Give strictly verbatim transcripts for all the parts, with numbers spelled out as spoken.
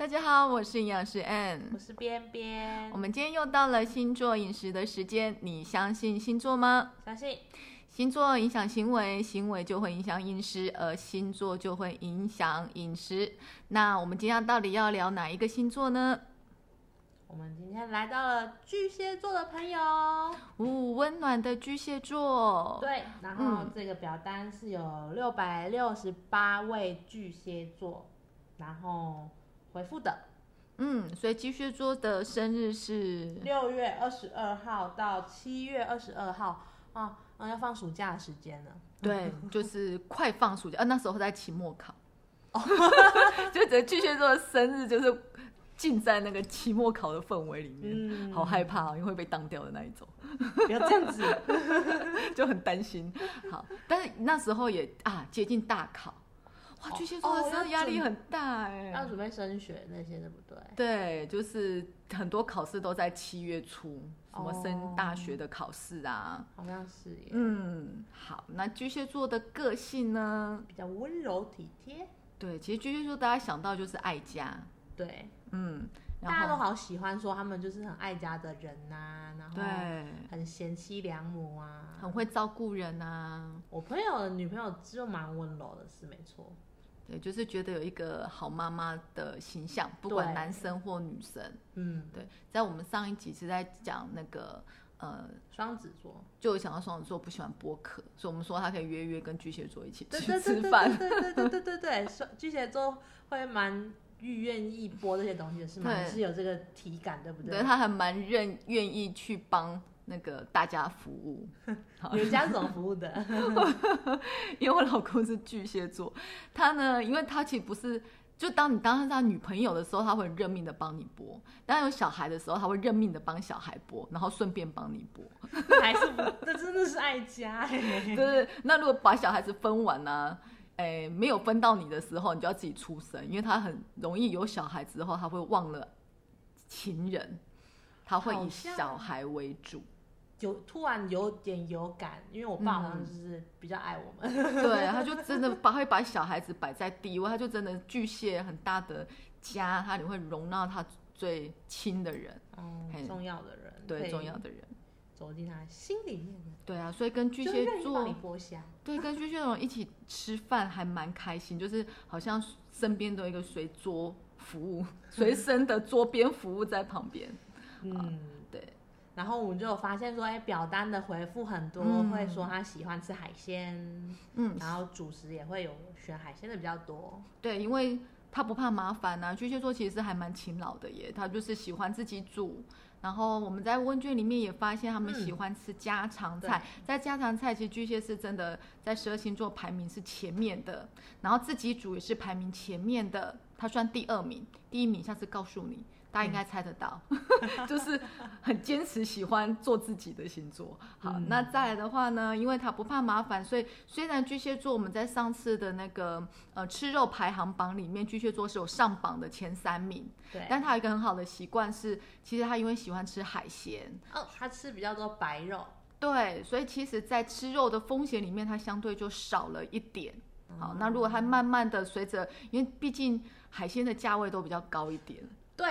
大家好，我是营养师 Ann， 我是边边。 我们今天又到了星座饮食的时间，你相信星座吗？ 相信。 星座影响行为，行为就会影响饮食，而星座就会影响饮食。那我们今天到底要聊哪一个星座呢？ 我们今天来到了巨蟹座的朋友， 哦，温暖的巨蟹座。 对，然后这个表单是有六百六十八位巨蟹座，然后回复的。 嗯，所以巨蟹座的生日是六月二十二号到七月二十二号啊，啊，要放暑假的时间了。 对，就是快放暑假，啊，那时候在期末考，哦、就觉得巨蟹座的生日就是浸在那个期末考的氛围里面，嗯、好害怕、哦，因为会被当掉的那一种。 不要这样子， 就很担心。好，但是那时候也啊接近大考。哇，巨蟹座的生日压力很大哎、 欸，要准备升学那些，对不对？ 对，就是很多考试都在七月初，什么升大学的考试啊， 好像是耶。 嗯，好，那巨蟹座的个性呢？ 比较温柔体贴。 对，其实巨蟹座大家想到就是爱家。 对， 嗯， 大家都好喜欢说他们就是很爱家的人呐、啊，然后很贤妻良母啊， 很会照顾人啊。 我朋友的女朋友就蛮温柔的，是没错。 对，就是觉得有一个好妈妈的形象，不管男生或女生。嗯，对，在我们上一集是在讲那个呃双子座， 就有想到双子座不喜欢剥壳，所以我们说他可以约约跟巨蟹座一起去吃饭。 对对对对对对对，巨蟹座会蛮愿意剥这些东西的，是吗？你是有这个体感，对不对？ 对，他还蛮愿愿意去帮那个大家服务。 你们家是怎么服务的？ 因为我老公是巨蟹座，他呢，因为他其实不是，就当你当他女朋友的时候，他会认命的帮你剥；当有小孩的时候，他会认命的帮小孩剥，然后顺便帮你剥。 还是不，这真的是爱家哎、欸。 对，那如果把小孩子分完呢、啊？哎，没有分到你的时候，你就要自己出声，因为他很容易有小孩之后，他会忘了情人，他会以小孩为主。 有突然有点有感，因为我爸好像就是比较爱我们， 嗯、对，他就真的把会把小孩子摆在第一位，他就真的巨蟹很大的家，他里会容纳他最亲的人， 嗯，重要的人， 对，重要的人走进他心里面的， 对啊，所以跟巨蟹座， 你剥虾， 对，跟巨蟹座一起吃饭还蛮开心，就是好像身边都有一个随桌服务，随身的桌边服务在旁边，嗯，对。 然后我们就有发现说，哎，表单的回复很多、嗯、会说他喜欢吃海鲜，嗯，然后主食也会有选海鲜的比较多。 对，因为他不怕麻烦啊，巨蟹座其实还蛮勤劳的耶，他就是喜欢自己煮。然后我们在问卷里面也发现他们喜欢吃家常菜，嗯、在家常菜其实巨蟹是真的在十二星座排名是前面的，然后自己煮也是排名前面的，他算第二名，第一名下次告诉你。大家应该猜得到，嗯、就是很坚持喜欢做自己的星座。好，嗯、那再来的话呢，因为他不怕麻烦，所以虽然巨蟹座我们在上次的那个呃吃肉排行榜里面，巨蟹座是有上榜的前三名， 对， 但他有一个很好的习惯是，其实他因为喜欢吃海鲜， 哦，他吃比较多白肉， 对，所以其实在吃肉的风险里面，他相对就少了一点。好，嗯、那如果他慢慢的随着，因为毕竟海鲜的价位都比较高一点。 对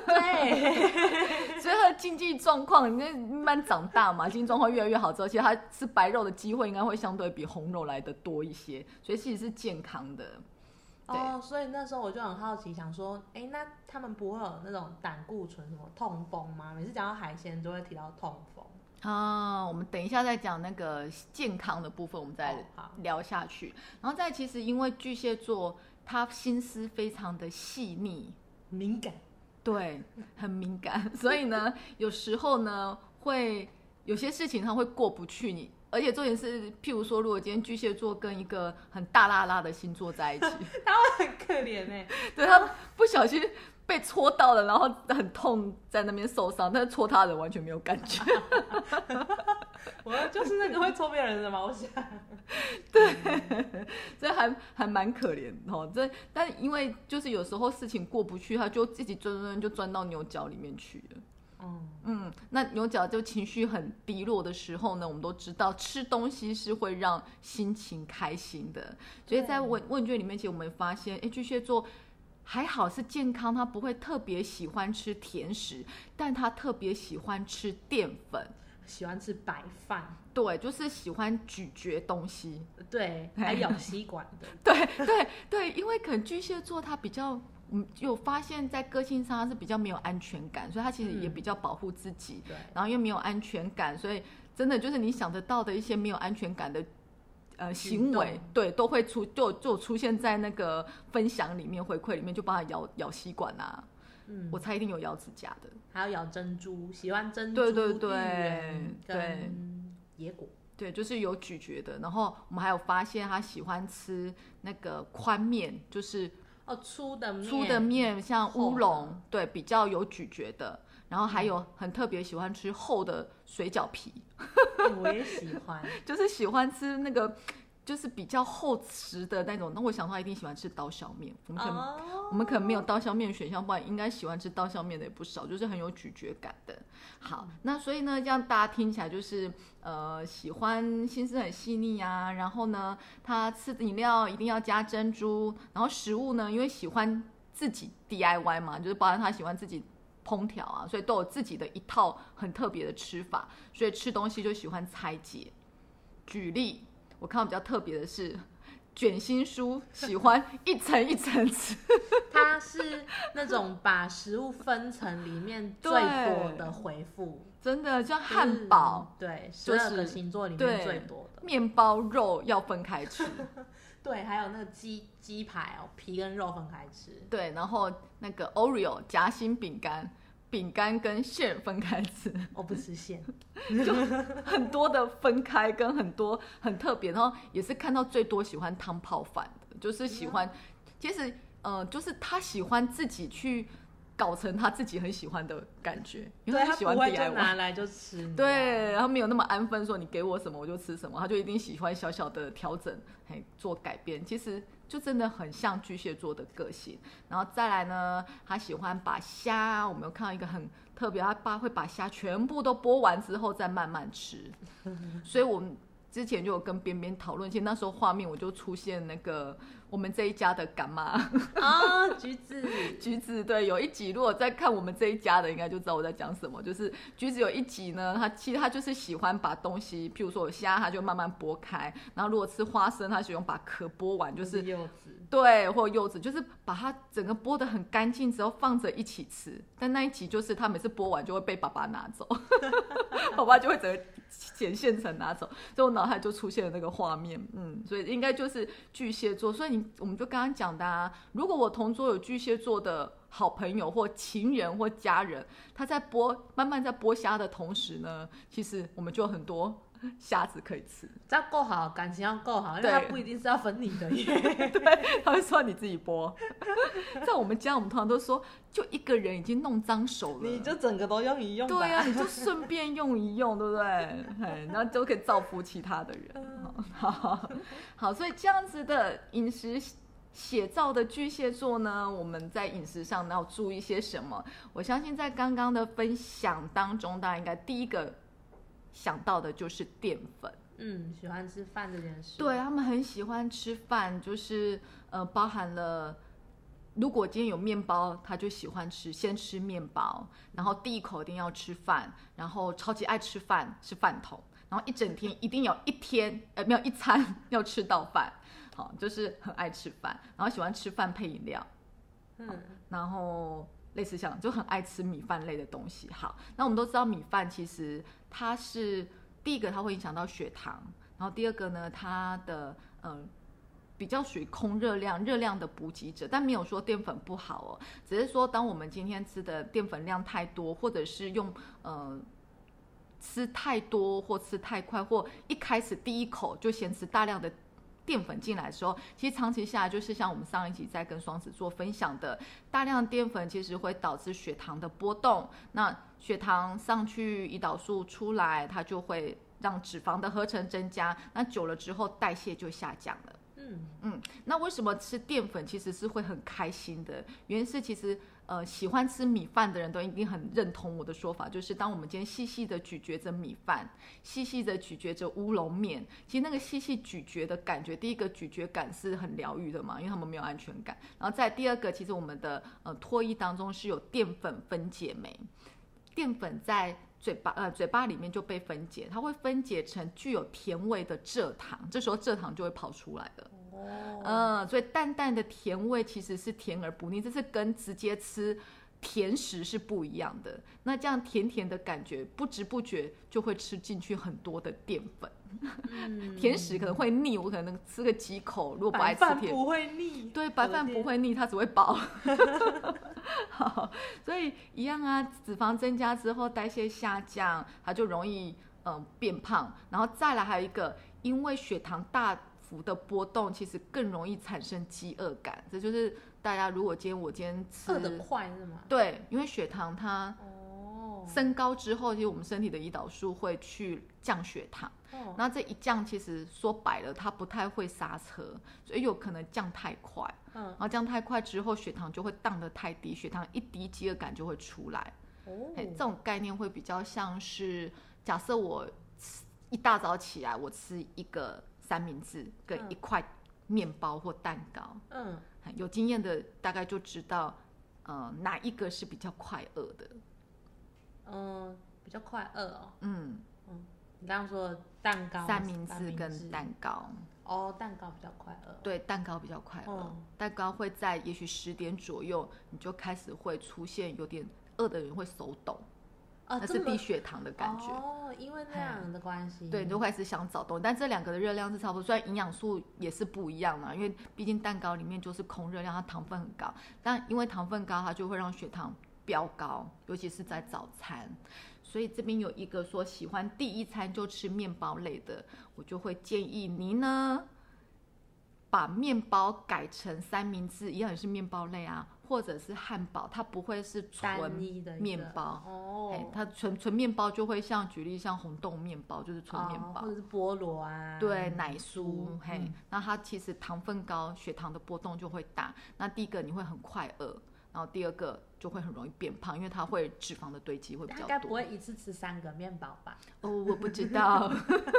对， 所以他的经济状况应该慢慢长大嘛，经济状况越来越好之后，其实他吃白肉的机会应该会相对比红肉来的多一些，所以其实是健康的。 哦，所以那时候我就很好奇，想说，哎，那他们不会有那种胆固醇什么痛风吗？每次讲到海鲜都会提到痛风。 啊，我们等一下再讲那个健康的部分，我们再聊下去。哦、然后再其实因为巨蟹座他心思非常的细腻、 敏感。 对，很敏感，所以呢，有时候呢，会有些事情他会过不去你，而且重点是，譬如说，如果今天巨蟹座跟一个很大辣辣的星座在一起， 他会很可怜哎、欸， 对他不小心被戳到了，然后很痛，在那边受伤，但是戳他的人完全没有感觉。 我就是那个会戳别人的嘛，我想。 对，所以还还蛮可怜哦。这但因为就是有时候事情过不去，他就自己钻钻就钻到牛角里面去了。嗯嗯，那牛角就情绪很低落的时候呢，我们都知道吃东西是会让心情开心的，所以在问问卷里面，其实我们发现，哎，巨蟹座还好是健康，他不会特别喜欢吃甜食，但他特别喜欢吃淀粉， 喜欢吃白饭， 对，就是喜欢咀嚼东西， 对，还咬吸管的， 对对对，因为可能巨蟹座他比较。嗯，有发现，在个性上他是比较没有安全感，所以他其实也比较保护自己。 嗯、 然后因为没有安全感，所以真的就是你想得到的一些没有安全感的呃行为，对，都会出就就出现在那个分享里面、回馈里面，就帮他咬咬吸管啊。嗯，我猜一定有咬指甲的， 还有咬珍珠，喜欢珍珠， 对对对对，野果。 对，就是有咀嚼的。然后我们还有发现他喜欢吃那个宽面，就是哦，粗的面， 粗的面像乌龙，对，比较有咀嚼的。然后还有很特别喜欢吃厚的水饺皮， 我也喜欢， 就是喜欢吃那个就是比较厚实的那种。那我想他一定喜欢吃刀削面，我们可能、oh. 我们可能没有刀削面选项，不然应该喜欢吃刀削面的也不少，就是很有咀嚼感的。好，那所以呢，这样大家听起来就是呃喜欢心思很细腻啊，然后呢，他吃饮料一定要加珍珠，然后食物呢，因为喜欢自己 D I Y 嘛，就是包含他喜欢自己烹调啊，所以都有自己的一套很特别的吃法，所以吃东西就喜欢拆解。举例，我看到比较特别的是卷心酥，喜欢一层一层吃。 它是那种把食物分层里面最多的回复， 真的像汉堡， 就是、对，十二个星座里面最多的。 面包肉要分开吃。 对，还有那个鸡鸡排哦，皮跟肉分开吃。 对，然后那个 Oreo 夹心饼干，饼干跟馅分开吃。 我不吃馅， 就很多的分开，跟很多很特别。然后也是看到最多喜欢汤泡饭的，就是喜欢，嗯、其实呃，就是他喜欢自己去搞成他自己很喜欢的感觉，因为他喜欢 D I Y， 他不会就拿来就吃。 对，然后没有那么安分，说你给我什么我就吃什么，他就一定喜欢小小的调整，嘿，做改变。其实就真的很像巨蟹座的个性。然后再来呢，他喜欢把虾，我们有看到一个很特别，他爸会把虾全部都剥完之后再慢慢吃，所以我们之前就有跟边边讨论，其实那时候画面我就出现那个我们这一家的干妈啊、哦，橘子， 橘子，对，有一集如果在看我们这一家的，应该就知道我在讲什么。就是橘子有一集呢，他其实他就是喜欢把东西，譬如说有虾，他就慢慢剥开，然后如果吃花生，他喜欢把壳剥完，就是柚子， 对，或柚子，就是把它整个剥得很干净之后放着一起吃。但那一集就是他每次剥完就会被爸爸拿走，爸爸就会整个捡现成拿走，所以我脑海就出现了那个画面。嗯，所以应该就是巨蟹座。所以你我们就刚刚讲的啊，如果我同桌有巨蟹座的好朋友或情人或家人，他在剥慢慢在剥虾的同时呢，其实我们就有很多虾子可以吃。 只要够好，感情要够好，因为他不一定是要分你的耶。 对，他会说你自己剥。在我们家，我们通常都说，就一个人已经弄脏手了， 你就整个都用一用吧。 对啊，你就顺便用一用，对不对？然后就可以造福其他的人。好，好，所以这样子的饮食写照的巨蟹座呢，我们在饮食上要注意些什么？我相信在刚刚的分享当中，大家应该第一个想到的就是淀粉。 嗯，喜欢吃饭这件事。 对，他们很喜欢吃饭，就是呃，包含了如果今天有面包，他就喜欢吃，先吃面包，然后第一口一定要吃饭，然后超级爱吃饭，是饭桶，然后一整天一定有一天呃没有一餐要吃到饭，好，就是很爱吃饭，然后喜欢吃饭配饮料，嗯，然后类似像就很爱吃米饭类的东西。好，那我们都知道米饭其实它是。第一个它会影响到血糖，然后第二个呢，它的呃比较属于空热量、热量的补给者，但没有说淀粉不好哦，只是说当我们今天吃的淀粉量太多，或者是用呃吃太多或吃太快，或一开始第一口就先吃大量的淀粉进来的时候，其实长期下来就是像我们上一集在跟双子座分享的，大量的淀粉其实会导致血糖的波动，那血糖上去，胰岛素出来，它就会让脂肪的合成增加，那久了之后代谢就下降了。嗯， 嗯嗯，那为什么吃淀粉其实是会很开心的？原因是其实呃喜欢吃米饭的人都一定很认同我的说法，就是当我们今天细细的咀嚼着米饭，细细的咀嚼着乌龙面，其实那个细细咀嚼的感觉，第一个咀嚼感是很疗愈的嘛，因为他们没有安全感。然后再第二个，其实我们的呃唾液当中是有淀粉分解酶，淀粉在嘴巴呃嘴巴里面就被分解，它会分解成具有甜味的蔗糖，这时候蔗糖就会跑出来了。哦，嗯，所以淡淡的甜味其实是甜而不腻，这是跟直接吃甜食是不一样的。那这样甜甜的感觉，不知不觉就会吃进去很多的淀粉。嗯、甜食可能会腻，我可能吃个几口，如果不爱吃甜， 白饭不会腻， 对，白饭不会腻，它只会饱。好，所以一样啊，脂肪增加之后，代谢下降，它就容易、呃、变胖。然后再来还有一个，因为血糖大幅的波动，其实更容易产生饥饿感。这就是大家如果今天我今天吃饿得快是吗？ 对，因为血糖它升高之后，其实我们身体的胰岛素会去降血糖。哦、那这一降，其实说白了，它不太会刹车，所以有可能降太快。嗯，然后降太快之后，血糖就会荡得太低，血糖一低，饥饿感就会出来。哦，这种概念会比较像是，假设我一大早起来，我吃一个三明治跟一块面包或蛋糕。嗯，有经验的大概就知道，呃，哪一个是比较快饿的。 嗯，比较快饿哦。嗯嗯，你刚刚说的蛋糕、 三明治跟蛋糕。 哦，蛋糕比较快饿。 对，蛋糕比较快饿。哦、蛋糕会在也许十点左右，你就开始会出现有点饿的人会手抖。那是低血糖的感觉哦，因为那样的关系， 对，你就开始想找东西，但这两个的热量是差不多，虽然营养素也是不一样嘛，因为毕竟蛋糕里面就是空热量，它糖分很高，但因为糖分高，它就会让血糖飙高，尤其是在早餐。所以这边有一个说喜欢第一餐就吃面包类的，我就会建议你呢，把面包改成三明治，一样也是面包类啊。或者是汉堡，它不会是纯面包哦，它纯纯面包就会像举例像红豆面包就是纯面包， 哦、或者是菠萝啊， 对，奶酥，嘿、嗯，那它其实糖分高，血糖的波动就会大。那第一个你会很快饿，然后第二个就会很容易变胖，因为它会脂肪的堆积会比较多。 应该不会一次吃三个面包吧？ 哦，我不知道。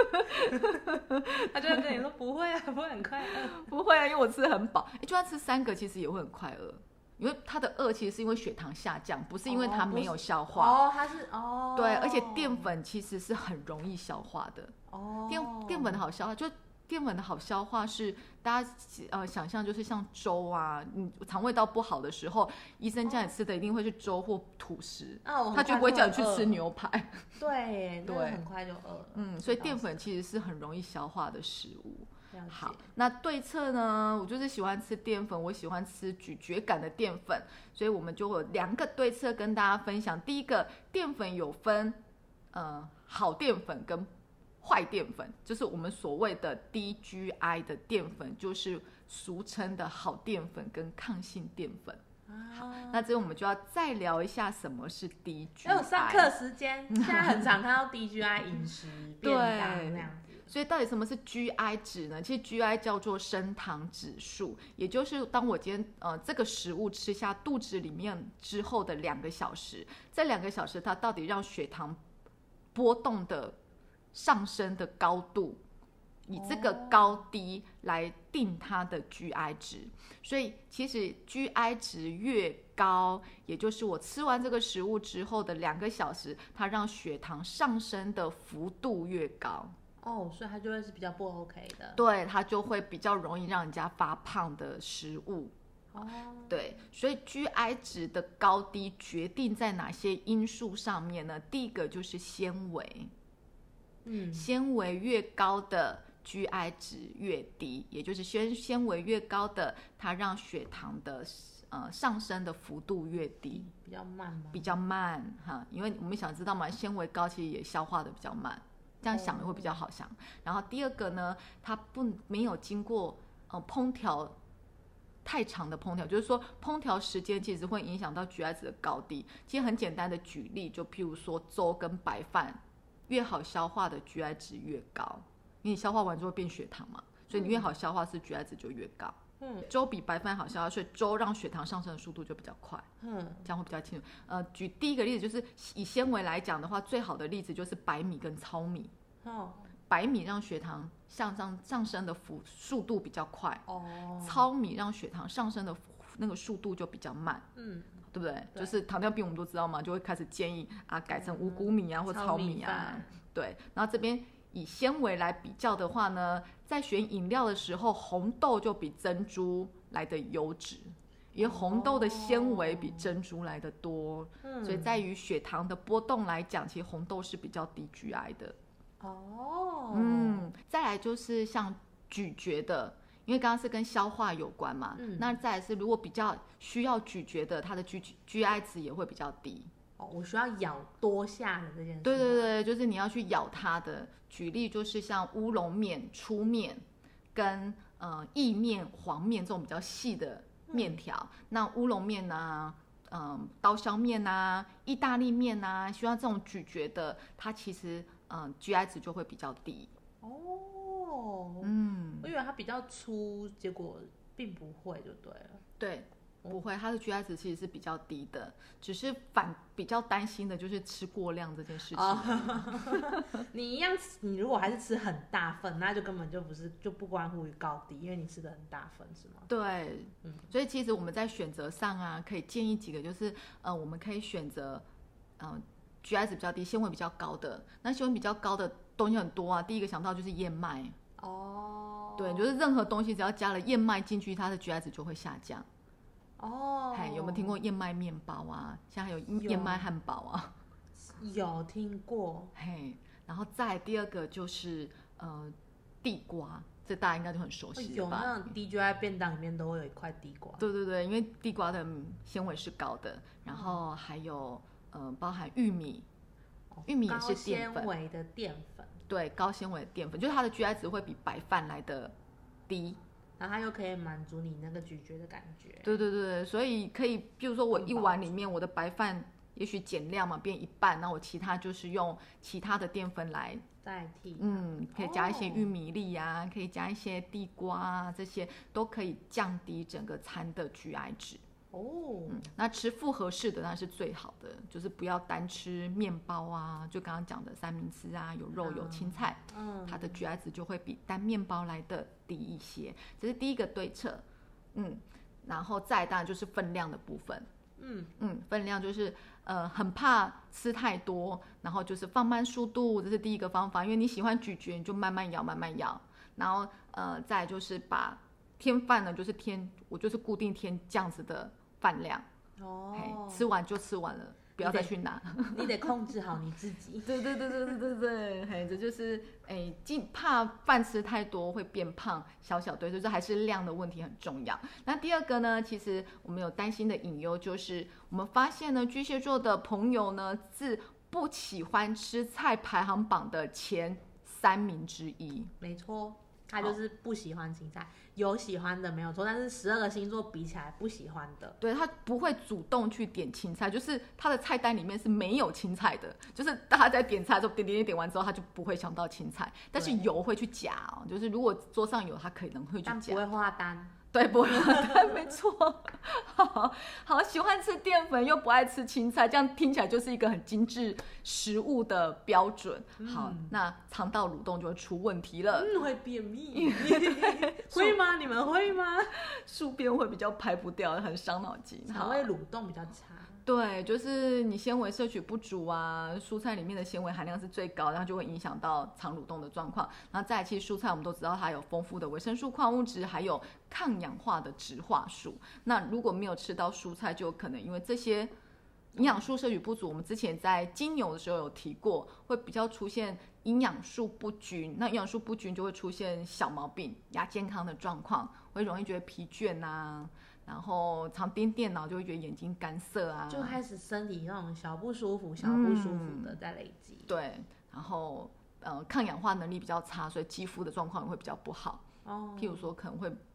他就会跟你说不会啊，不会很快饿， 不会啊，因为我吃很饱。哎，就算吃三个，其实也会很快饿。因为它的饿其实是因为血糖下降，不是因为它没有消化。 哦，它是哦。 对，而且淀粉其实是很容易消化的。哦。淀淀粉的好消化，就淀粉的好消化是大家呃想象就是像粥啊，你肠胃道不好的时候，医生叫你吃的一定会是粥或吐司，哦、他就不会叫你去吃牛排。 对，对，很快就饿了。 嗯，所以淀粉其实是很容易消化的食物。好，那对策呢？我就是喜欢吃淀粉，我喜欢吃咀嚼感的淀粉，所以我们就有两个对策跟大家分享。第一个，淀粉有分呃好淀粉跟坏淀粉，就是我们所谓的低 G I 的淀粉，就是俗称的好淀粉跟抗性淀粉。好，那这我们就要再聊一下什么是低 G I。 有上课时间，现在很常看到低 G I 饮食便当那样子。 所以到底什么是 G I 值呢？其实 G I 叫做升糖指数，也就是当我今天呃这个食物吃下肚子里面之后的两个小时，这两个小时它到底让血糖波动的上升的高度，以这个高低来定它的 G I 值。所以其实 G I 值越高，也就是我吃完这个食物之后的两个小时，它让血糖上升的幅度越高。 哦，所以它就会是比较不 OK 的。 对，它就会比较容易让人家发胖的食物。哦，对，所以 G I 值的高低决定在哪些因素上面呢？第一个就是纤维，嗯，纤维越高的 G I 值越低，也就是纤纤维越高的，它让血糖的呃上升的幅度越低， 比较慢吗？ 比较慢哈，因为我们想知道嘛，纤维高其实也消化的比较慢。这样想会比较好想。Oh. 然后第二个呢，它不没有经过呃烹调太长的烹调，就是说烹调时间其实会影响到 G I 值的高低。其实很简单的举例，就譬如说粥跟白饭，越好消化的 G I 值越高，因为你消化完就会变血糖嘛， 所以你越好消化，是 G I 值就越高。嗯，粥比白饭好消化，所以粥让血糖上升的速度就比较快。嗯，这样会比较清楚。呃，举第一个例子就是以纤维来讲的话，最好的例子就是白米跟糙米。哦，白米让血糖向上上升的幅速度比较快。哦，糙米让血糖上升的那个速度就比较慢。嗯，对不对？对，就是糖尿病我们都知道嘛，就会开始建议啊改成五谷米啊、嗯、或糙米啊。对，然后这边。以纤维来比较的话呢，在选饮料的时候，红豆就比珍珠来的优质，因为红豆的纤维比珍珠来的多，哦、所以在于血糖的波动来讲，其实红豆是比较低 G I 的。哦，嗯，再来就是像咀嚼的，因为刚刚是跟消化有关嘛，嗯、那再来是如果比较需要咀嚼的，它的 G G I 值也会比较低。 哦，我需要咬多下的这件事。 对对对，就是你要去咬它的。举例就是像乌龙面、粗面跟呃意面、黄面这种比较细的面条。嗯、那乌龙面啊、嗯、呃、刀削面啊、意大利面啊，需要这种咀嚼的，它其实嗯、呃、G I 值就会比较低。 哦，嗯，我以为它比较粗，结果并不会，就对了。 对。不会，它的 G I 值其实是比较低的，只是反比较担心的就是吃过量这件事情。 哦、你一样，你如果还是吃很大份，那就根本就不是就不关乎于高低，因为你吃的很大份，是吗？ 对，嗯，所以其实我们在选择上啊，可以建议几个，就是呃，我们可以选择呃 G I 值比较低、纤维比较高的。那纤维比较高的东西很多啊，第一个想到就是燕麦。哦，对，就是任何东西只要加了燕麦进去，它的 G I 值就会下降。哦，有没有听过燕麦面包啊？现在还有燕麦汉堡啊？ 有听过。嘿， 然后再第二个就是呃地瓜，这大家应该就很熟悉了吧？ 有那种 D G I 便当里面都会有一块地瓜。 对对对，因为地瓜的纤维是高的，然后还有呃包含玉米，玉米也是淀粉， 高纤维的淀粉。 对，高纤维的淀粉，就是它的 G I 值会比白饭来的低。 然后它又可以满足你那个咀嚼的感觉。 对对对，所以可以，比如说我一碗里面我的白饭也许减量嘛，变一半，那我其他就是用其他的淀粉来代替。 嗯，可以加一些玉米粒啊，哦、可以加一些地瓜啊，这些都可以降低整个餐的 G I 值。哦、嗯，那吃复合式的那是最好的，就是不要单吃面包啊，就刚刚讲的三明治啊，有肉有青菜，嗯，它的 G I 值就会比单面包来的低一些，这是第一个对策。嗯，然后再当然就是分量的部分。嗯嗯，分量就是呃很怕吃太多，然后就是放慢速度，这是第一个方法，因为你喜欢咀嚼，你就慢慢咬慢慢咬，然后呃再就是把添饭呢，就是添我就是固定添这样子的饭量。哦，吃完就吃完了，不要再去拿。 你得控制好你自己。 对对对对对对对，嘿，这就是哎，怕饭吃太多会变胖，小小对，所以这还是量的问题很重要。那第二个呢，其实我们有担心的隐忧，就是我们发现呢，巨蟹座的朋友呢是不喜欢吃菜排行榜的前三名之一。 没错。他就是不喜欢青菜，有喜欢的没有错，但是十二个星座比起来不喜欢的， 对，他不会主动去点青菜，就是他的菜单里面是没有青菜的，就是大家在点菜的时候点点点点完之后，他就不会想到青菜，但是油会去夹哦，就是如果桌上有，他可能会去夹， 但不会画单。 对，不会画单，没错。好，好，喜欢吃淀粉又不爱吃青菜，这样听起来就是一个很精致食物的标准。嗯、好，那肠道蠕动就会出问题了， 嗯，会便秘，会吗？你们会吗？ 宿便会比较排不掉，很伤脑筋， 肠胃蠕动比较差。 对，就是你纤维摄取不足啊，蔬菜里面的纤维含量是最高，然后就会影响到肠蠕动的状况。然后再来，其实蔬菜我们都知道它有丰富的维生素、矿物质，还有抗氧化的植化素。那如果没有吃到蔬菜，就有可能因为这些营养素摄取不足，我们之前在金牛的时候有提过，会比较出现营养素不均。那营养素不均就会出现小毛病、亚健康的状况，会容易觉得疲倦啊。然后常盯电脑就会觉得眼睛干涩啊， 就开始身体那种小不舒服、小不舒服的在累积。 嗯、对，然后呃抗氧化能力比较差，所以肌肤的状况也会比较不好。哦，譬如说可能会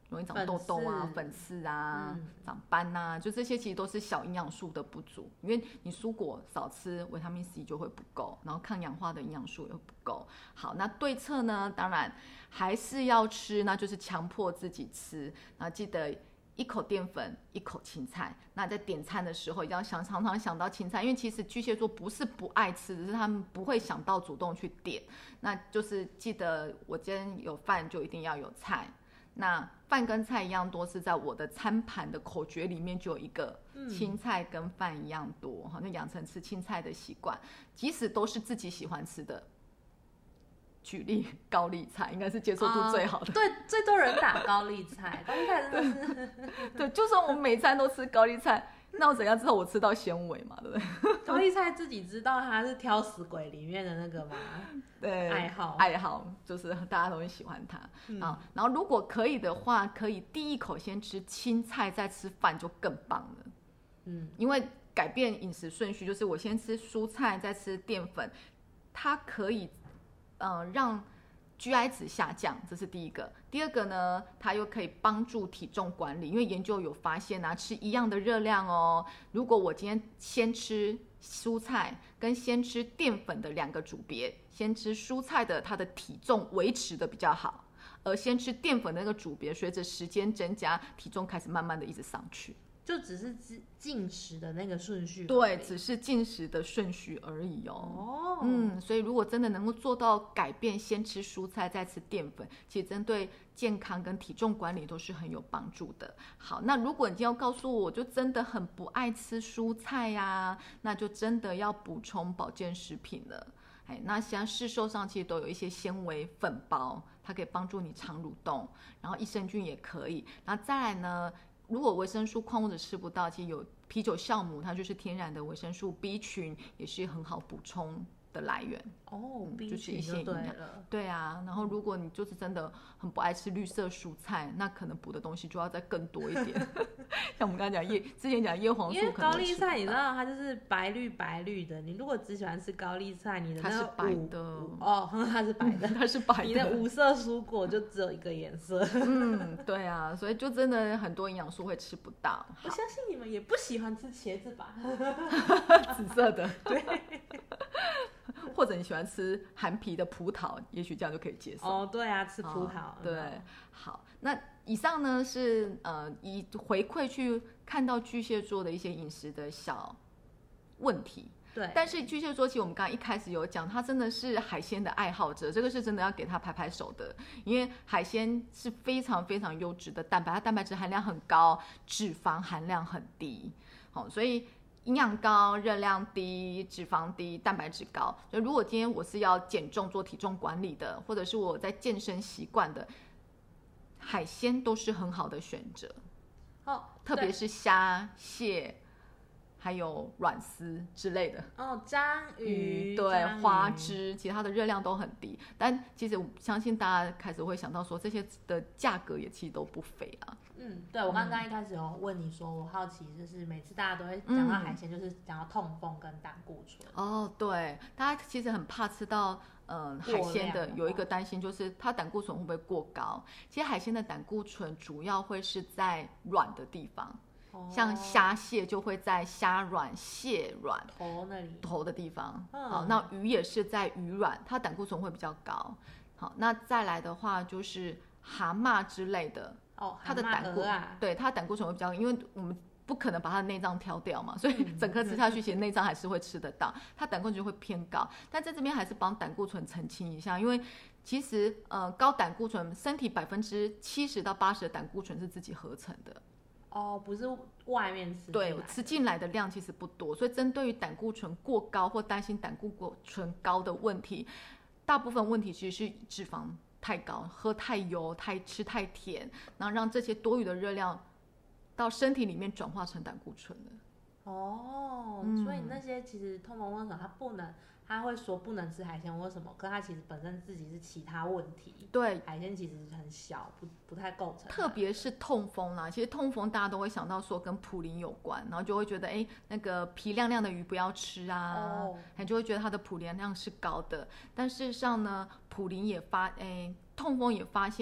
容易长痘痘啊、粉刺啊、嗯、长斑啊，就这些其实都是小营养素的不足。因为你蔬果少吃，维他命 C 就会不够，然后抗氧化的营养素也会不够。好，那对策呢，当然还是要吃，那就是强迫自己吃。然后记得一口淀粉，一口青菜。那在点餐的时候，一定要想常常想到青菜，因为其实巨蟹座不是不爱吃，只是他们不会想到主动去点。那就是记得我今天有饭就一定要有菜。那饭跟菜一样多，是在我的餐盘的口诀里面就有一个，青菜跟饭一样多，好，那养成吃青菜的习惯，即使都是自己喜欢吃的。举例高丽菜应该是接受度最好的、 哦、对，最多人打高丽菜，高丽菜真的是对，就算我每餐都吃高丽菜，那我怎样知道我吃到纤维嘛，对不对？ 高丽菜自己知道它是挑食鬼里面的那个吗？ 对， 爱好爱好就是大家都很喜欢它、嗯、啊。然后如果可以的话，可以第一口先吃青菜，再吃饭就更棒了。嗯，因为改变饮食顺序，就是我先吃蔬菜，再吃淀粉，它可以呃让 G I 值下降，这是第一个。第二个呢，它又可以帮助体重管理，因为研究有发现啊，吃一样的热量哦，如果我今天先吃蔬菜跟先吃淀粉的两个组别，先吃蔬菜的，它的体重维持的比较好，而先吃淀粉的那个组别，随着时间增加，体重开始慢慢的一直上去。 就只是进食的那个顺序， 对，只是进食的顺序而已哦。哦，嗯，所以如果真的能够做到改变，先吃蔬菜再吃淀粉，其实针对健康跟体重管理都是很有帮助的。好，那如果你今天要告诉我，我就真的很不爱吃蔬菜呀、啊，那就真的要补充保健食品了。哎，那现在市售上其实都有一些纤维粉包，它可以帮助你肠蠕动，然后益生菌也可以。然后再来呢，如果维生素、矿物质吃不到，其实有啤酒酵母，它就是天然的维生素 B 群，也是很好补充的来源。 哦、 嗯、 ，B 就是一些营养。对啊，然后如果你就是真的很不爱吃绿色蔬菜，那可能补的东西就要再更多一点。像我们刚才讲叶，之前讲叶黄素， 因为高丽菜你知道它就是白绿白绿的，你如果只喜欢吃高丽菜，你的那个它是白的哦，它是白的， 它是白的， 你的五色蔬果就只有一个颜色。 嗯，对啊，所以就真的很多营养素会吃不到。 我相信你们也不喜欢吃茄子吧？ 紫色的，对。或者你喜欢吃含皮的葡萄，也许这样就可以接受。 哦，对啊，吃葡萄。哦、 对，好，那以上呢是呃以回馈去看到巨蟹座的一些饮食的小问题。 对， 但是巨蟹座其实我们刚刚一开始有讲，他真的是海鲜的爱好者，这个是真的要给他拍拍手的，因为海鲜是非常非常优质的蛋白，它蛋白质含量很高，脂肪含量很低，好，所以营养高，热量低，脂肪低，蛋白质高。所以如果今天我是要减重做体重管理的，或者是我在健身习惯的，海鲜都是很好的选择。 哦， 特别是虾、蟹，还有软丝之类的。 哦，章鱼， 对，花枝，其实它的热量都很低。但其实我相信大家开始会想到说，这些的价格也其实都不菲啊。 嗯，对，我刚刚一开始有问你说，我好奇就是每次大家都会讲到海鲜，就是讲到痛风跟胆固醇。 嗯、哦，对，大家其实很怕吃到呃海鲜的，有一个担心就是它胆固醇会不会过高？其实海鲜的胆固醇主要会是在软的地方。哦、像虾蟹就会在虾卵、蟹卵头那里头的地方。 嗯、 好，那鱼也是在鱼卵，它胆固醇会比较高。好，那再来的话就是蛤蟆之类的。 哦， 它的胆固醇、啊、对它胆固醇会比较高，因为我们不可能把它的内脏挑掉嘛，所以整颗吃下去，其实内脏还是会吃得到，它胆固醇会偏高。但在这边还是帮胆固醇澄清一下，因为其实呃高胆固醇，身体百分之七十到八十的胆固醇是自己合成的。 哦，不是外面吃， 对，吃进来的量其实不多，所以针对于胆固醇过高或担心胆固醇高的问题，大部分问题其实是脂肪太高，喝太油，太吃太甜，然后让这些多余的热量到身体里面转化成胆固醇了。 哦、嗯，所以那些其实痛风为什么他不能，他会说不能吃海鲜，为什么？可他其实本身自己是其他问题。 对， 海鲜其实很小，不不太构成。 特别是痛风啦，其实痛风大家都会想到说跟普林有关，然后就会觉得哎，那个皮亮亮的鱼不要吃啊，哦，就会觉得它的普林量是高的。但事实上呢，普林也发，哎，痛风也发现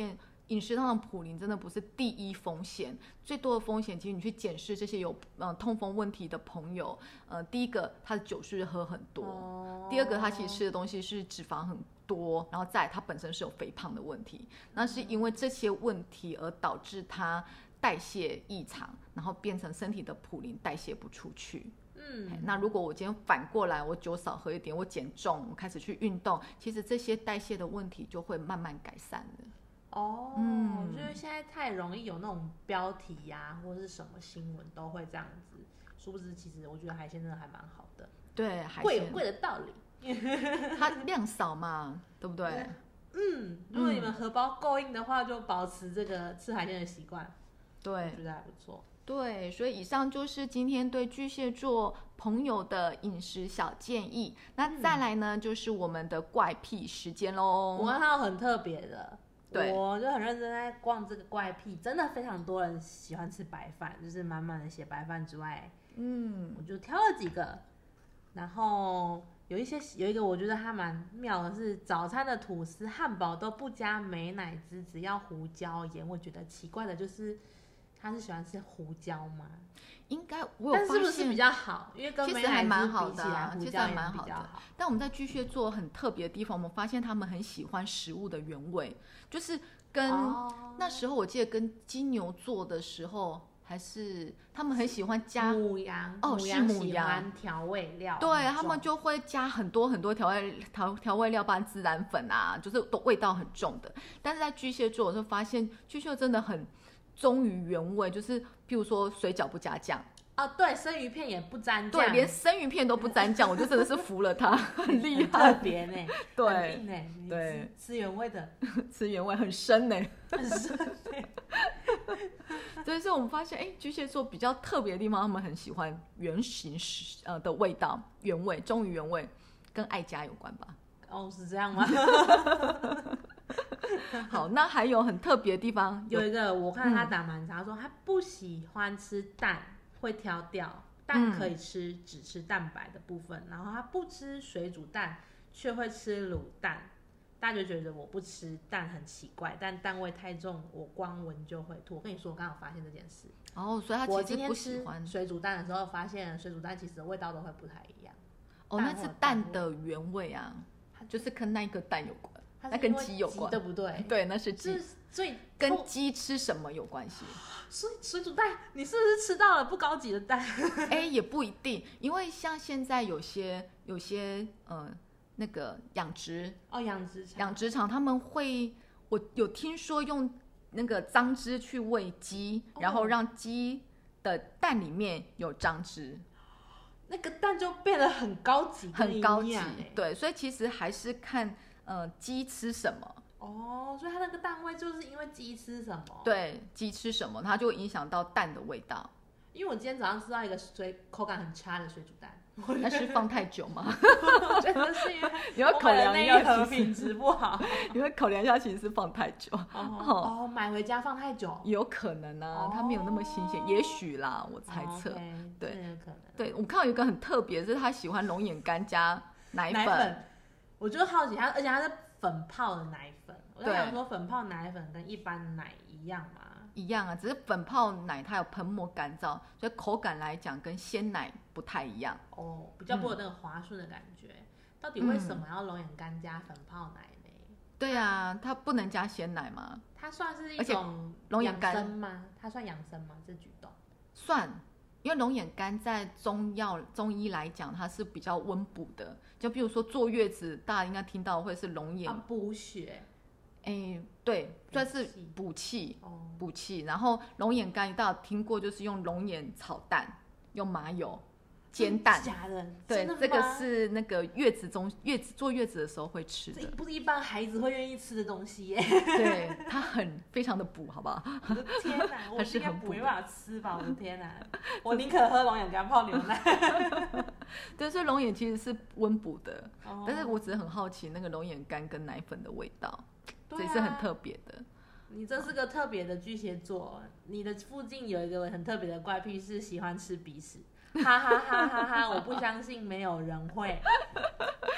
饮食上的普林真的不是第一风险，最多的风险其实你去检视这些有呃痛风问题的朋友，呃，第一个他的酒是喝很多，哦、第二个他其实吃的东西是脂肪很多，然后再来他本身是有肥胖的问题，那是因为这些问题而导致他代谢异常，然后变成身体的普林代谢不出去。嗯，那如果我今天反过来，我酒少喝一点，我减重，我开始去运动，其实这些代谢的问题就会慢慢改善了。 哦，嗯，就是现在太容易有那种标题呀、啊，或是什么新闻都会这样子，殊不知其实我觉得海鲜真的还蛮好的。 对，海鲜贵有贵的道理， 它量少嘛，对不对？ 嗯，如果你们荷包够硬的话，就保持这个吃海鲜的习惯， 对， 我觉得还不错。 对，所以以上就是今天对巨蟹座朋友的饮食小建议。那再来呢，嗯、就是我们的怪癖时间喽。 我看到很特别的，对，我就很认真在逛这个怪癖，真的非常多人喜欢吃白饭，就是满满的写白饭之外，嗯，我就挑了几个，然后有一些有一个我觉得还蛮妙的是，早餐的吐司、汉堡都不加美乃滋，只要胡椒盐。我觉得奇怪的就是。他是喜欢吃胡椒吗？ 应该我有发现， 但是不是比较好？因为跟美乃滋比起来， 胡椒也比较好。但我们在巨蟹座很特别的地方，我们发现他们很喜欢食物的原味，就是跟、哦、那时候我记得跟金牛座的时候，还是他们很喜欢加母羊哦，是母羊调味料， 对他们就会加很多很多调味调调味料，包含孜然粉啊，就是都味道很重的。但是在巨蟹座，我就发现巨蟹真的很。忠于原味，就是譬如说水饺不加酱哦，对，生鱼片也不沾酱， 对，连生鱼片都不沾酱，我就真的是服了他，很厉害， 特别呢， 对， 很硬呢，对，吃原味的， 吃原味很深呢， 很深呢。 所以说我们发现，哎，巨蟹座比较特别的地方，他们很喜欢原型呃的味道，原味，忠于原味，跟爱家有关吧？ 哦，是这样吗？ 好，那还有很特别的地方， 有一个我看他打蛮长，他说他不喜欢吃蛋，会挑掉蛋可以吃，嗯、只吃蛋白的部分，然后他不吃水煮蛋，却会吃卤蛋。大家就觉得我不吃蛋很奇怪，但蛋味太重，我光闻就会吐。我跟你说，我刚好发现这件事。 哦，所以他其实不喜欢。 我今天吃水煮蛋的时候，发现水煮蛋其实味道都会不太一样。 哦，那是蛋的原味啊，就是跟那个蛋有关。那跟鸡有关， 对不对？ 对，那是鸡， 所以跟鸡吃什么有关系？ 所以水煮蛋，你是不是吃到了不高级的蛋？ 哎，也不一定，因为像现在有些有些呃那个养殖哦，养殖场养殖场他们会，我有听说用那个脏汁去喂鸡，哦、然后让鸡的蛋里面有脏汁。 那个蛋就变得很高级， 很高级，对，所以其实还是看。呃，鸡吃什么？ 哦，所以它那个蛋味就是因为鸡吃什么？ 对，鸡吃什么，它就会影响到蛋的味道。 因为我今天早上吃到一个水口感很差的水煮蛋， 那是放太久吗？ 我觉得是因为你要考量一下， 品质不好。 你会考量一下，其实是放太久。 哦，哦买回家放太久， 有可能啊，哦、它没有那么新鲜，也许啦，我猜测。 哦 okay, 对，有可能。 对，我看到有一个很特别，是他喜欢龙眼干加奶粉。 奶粉我就好奇它，而且它是粉泡的奶粉。我在想说，粉泡奶粉跟一般奶一样吗？ 一样啊，只是粉泡奶它有喷墨干燥，所以口感来讲跟鲜奶不太一样。 哦，比较不有那个滑顺的感觉。嗯、到底为什么要龙眼干加粉泡奶呢？嗯、 对啊，它不能加鲜奶吗？ 它算是一种养生吗？它算养生吗？这举动算。因为龙眼干在中药中医来讲，它是比较温补的。就比如说坐月子，大家应该听到会是龙眼补、啊、血， 哎，对，算是补气，补气。然后龙眼干大家听过，就是用龙眼炒蛋，用麻油煎蛋， 假的， 对，这个是那个月子中月子坐月子的时候会吃的， 这不是一般孩子会愿意吃的东西耶。 对，它很非常的补，好不好？ 我的天哪，我应该不没办法吃吧？我的天哪，我宁可喝龙眼干泡牛奶。 对，所以龙眼其实是温补的，哦、但是我只是很好奇那个龙眼干跟奶粉的味道，这也、啊、是很特别的。 你这是个特别的巨蟹座，你的附近有一个很特别的怪癖是喜欢吃鼻屎。哈哈哈哈哈！我不相信没有人会，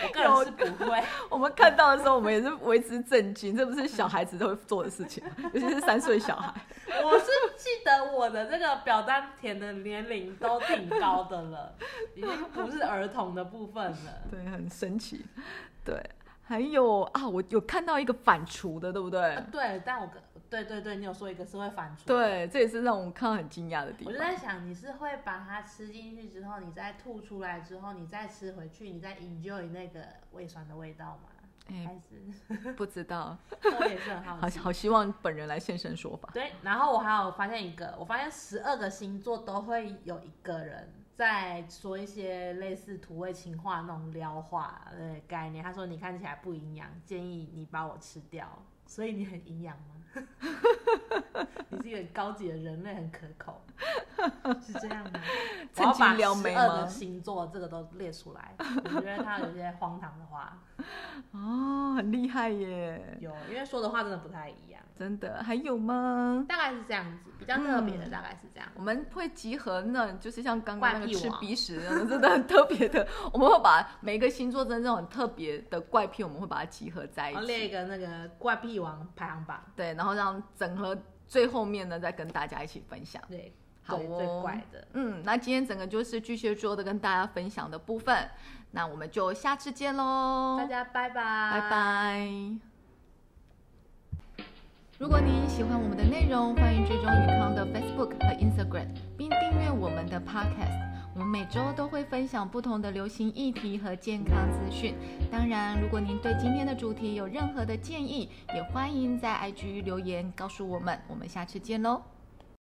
我个人是不会。 我们看到的时候，我们也是为之震惊，这不是小孩子都会做的事情，尤其是三岁小孩。 我是记得我的这个表单填的年龄都挺高的了，已经不是儿童的部分了。 对，很神奇。对，还有啊，我有看到一个反刍的，对不对？ 啊、对，但我对对对，你有说一个是会反刍。 对，这也是让我看到很惊讶的地方。 我就在想，你是会把它吃进去之后，你再吐出来之后，你再吃回去，你再 enjoy 那个胃酸的味道吗？欸、还是不知道， 我也是很好奇。 好，好希望本人来现身说法。 对，然后我还有发现一个，我发现十二个星座都会有一个人在说一些类似土味情话那种撩话的概念。他说你看起来不营养，建议你把我吃掉，所以你很营养吗？你是一个很高级的人类，很可口，是这样吗？ 趁机撩妹吗？ 我要把十二个星座这个都列出来，我觉得他有一些荒唐的话。 哦，很厉害耶！ 有，因为说的话真的不太一样。 真的还有吗？ 大概是这样子，比较特别的大概是这样。 嗯、我们会集合那就是像刚刚那个吃鼻屎真的很特别的，我们会把每个星座真的很特别的怪癖，我们会把它集合在一起， 列一个那个怪癖王排行榜。 对，然后让整合最后面呢再跟大家一起分享。 对， 好、哦， 最怪的。 嗯，那今天整个就是巨蟹座的跟大家分享的部分，那我们就下次见喽， 大家拜拜， 拜拜。如果您喜欢我们的内容，欢迎追踪宇康的 Facebook 和 Instagram， 并订阅我们的 Podcast。我们每周都会分享不同的流行议题和健康资讯。当然，如果您对今天的主题有任何的建议，也欢迎在 I G 留言告诉我们。我们下次见喽。